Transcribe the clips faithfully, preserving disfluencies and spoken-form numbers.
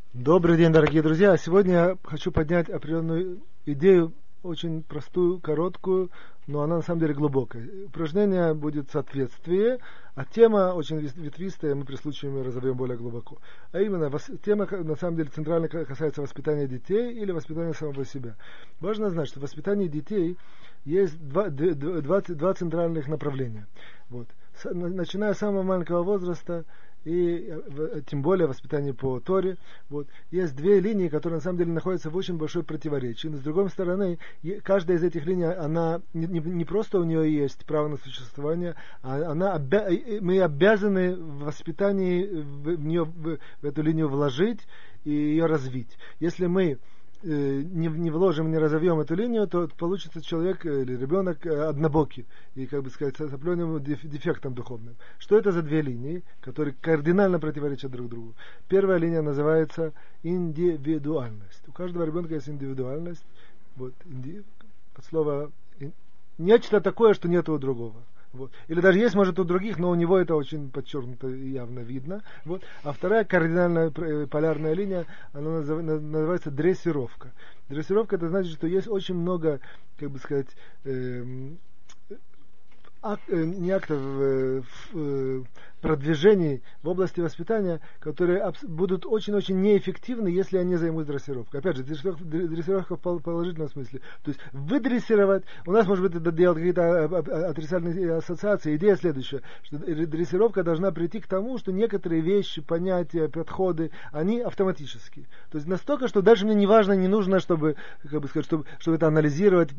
Добрый день, дорогие друзья. Сегодня я хочу поднять определенную идею, очень простую, короткую, но она на самом деле глубокая. Упражнение будет соответствие, а тема очень ветвистая, мы при случае ее разовьем более глубоко. А именно, тема на самом деле центрально касается воспитания детей или воспитания самого себя. Важно знать, что в воспитании детей есть два, два, два центральных направления. Вот. Начиная с самого маленького возраста, и тем более воспитание по Торе. Вот. Есть две линии, которые на самом деле находятся в очень большой противоречии. Но с другой стороны, каждая из этих линий, она не, не просто у нее есть право на существование, а она обя... мы обязаны в воспитании в, нее, в, в эту линию вложить и ее развить. Если мы Не, не вложим, не разовьем эту линию, то получится человек или ребенок однобокий и, как бы сказать, с определенным дефектом духовным. Что это за две линии, которые кардинально противоречат друг другу? Первая линия называется индивидуальность. У каждого ребенка есть индивидуальность. Вот, инди, от слова нечто такое, что нет у другого. Вот. Или даже есть, может, у других, но у него это очень подчеркнуто и явно видно. Вот. А вторая кардинальная полярная линия, она называется дрессировка. Дрессировка — это значит, что есть очень много, как бы сказать, э, ак, не актов, э, э, продвижений в области воспитания, которые абс- будут очень-очень неэффективны, если они займут дрессировкой. Опять же, дрессировка, дрессировка в положительном смысле. То есть выдрессировать, у нас, может быть, это делать какие-то отрицательные ассоциации. Идея следующая, что дрессировка должна прийти к тому, что некоторые вещи, понятия, подходы, они автоматические. То есть настолько, что даже мне не важно, не нужно, чтобы, как бы сказать, чтобы, чтобы это анализировать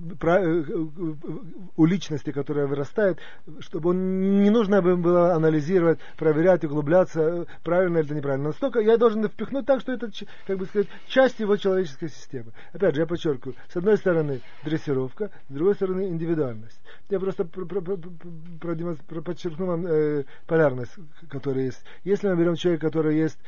у личности, которая вырастает, чтобы он, не нужно было анализировать, проверять, углубляться, правильно или неправильно. Настолько я должен впихнуть так, что это, как бы сказать, часть его человеческой системы. Опять же, я подчеркиваю, с одной стороны дрессировка, с другой стороны индивидуальность. Я просто подчеркну вам э, полярность, которая есть. Если мы берем человека, который есть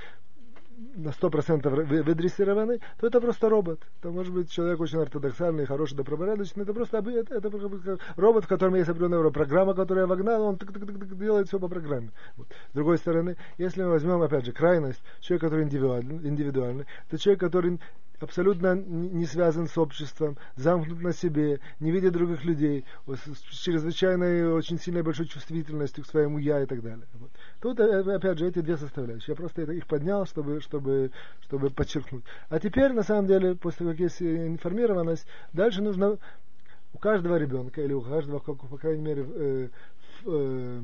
на сто процентов выдрессированный, то это просто робот. Это может быть человек очень ортодоксальный, хороший, добропорядочный. Это просто это, это робот, в котором есть определенная программа, которую я вогнал, он делает все по программе. Вот. С другой стороны, если мы возьмем, опять же, крайность, человек, который индивидуальный, индивидуальный, это человек, который абсолютно не связан с обществом, замкнут на себе, не видит других людей, с чрезвычайной, очень сильной большой чувствительностью к своему «я» и так далее. Вот. Тут, опять же, эти две составляющие. Я просто их поднял, чтобы, чтобы, чтобы подчеркнуть. А теперь, на самом деле, после того, как есть информированность, дальше нужно у каждого ребенка, или у каждого, по крайней мере, э, в, э,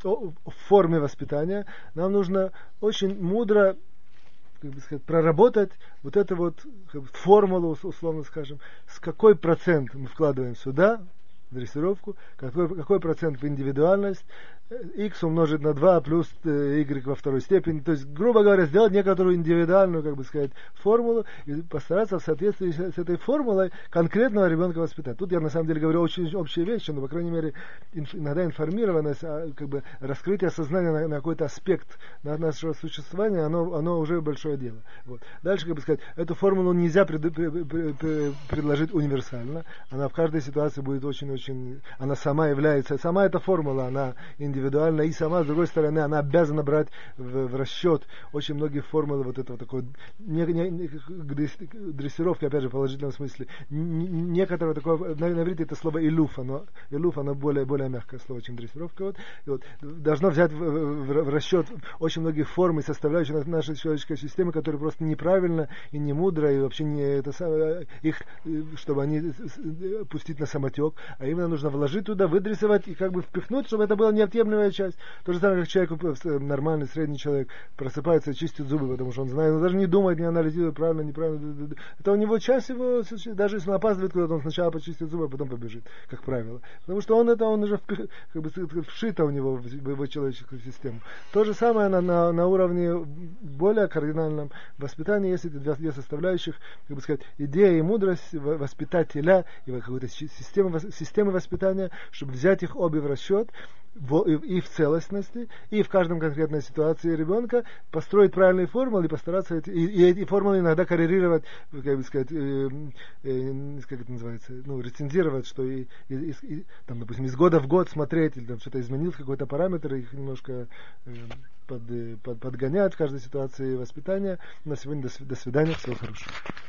в форме воспитания, нам нужно очень мудро, как бы сказать, проработать вот эту вот как бы, формулу, условно скажем, с какой процент мы вкладываем сюда, в дрессировку, какой, какой процент в индивидуальность, x умножить на два плюс y во второй степени. То есть, грубо говоря, сделать некоторую индивидуальную, как бы сказать, формулу и постараться в соответствии с этой формулой конкретного ребенка воспитать. Тут я на самом деле говорю очень общие вещи, но, по крайней мере, инф, иногда информированность, как бы раскрытие сознания на, на какой-то аспект нашего существования, оно, оно уже большое дело. Вот. Дальше, как бы сказать, эту формулу нельзя пред, пред, пред, пред, предложить универсально. Она в каждой ситуации будет очень-очень... Она сама является... Сама эта формула, она индивидуально, и сама, с другой стороны, она обязана брать в, в расчет очень многие формулы вот этого такой не, не, не, дрессировки, опять же, в положительном смысле. Не, некоторого такого, на, на иврите это слово илуф, оно, илуф, оно более, более мягкое слово, чем дрессировка. Вот, и вот, должно взять в, в, в расчет очень многие формы, составляющие нашей человеческой системы, которые просто неправильно и не мудро, и вообще не это самое, их, чтобы они пустить на самотек, а именно нужно вложить туда, выдрессировать и как бы впихнуть, чтобы это была неотъемлемая часть. То же самое, как человек, нормальный, средний человек, просыпается и чистит зубы, потому что он знает, он даже не думает, не анализирует, правильно, неправильно. Это у него часть его, даже если он опаздывает куда-то, он сначала почистит зубы, а потом побежит, как правило. Потому что он это, он уже впих, как бы, вшито у него в, в его человеческую систему. То же самое на, на, на уровне более кардинальном воспитании, есть эти две, две составляющих, как бы сказать, идея и мудрость воспитателя и какой-то системы, системы воспитания, чтобы взять их обе в расчет, и в целостности, и в каждом конкретной ситуации ребенка построить правильные формулы и постараться эти, и, и эти формулы иногда коррелировать, как бы сказать, э, э, как это называется, ну, рецензировать, что и, и, и, там, допустим, из года в год смотреть, или там что-то изменилось, какой-то параметр, их немножко э, под, под, подгонять в каждой ситуации воспитания. На сегодня до, до свидания, всего хорошего.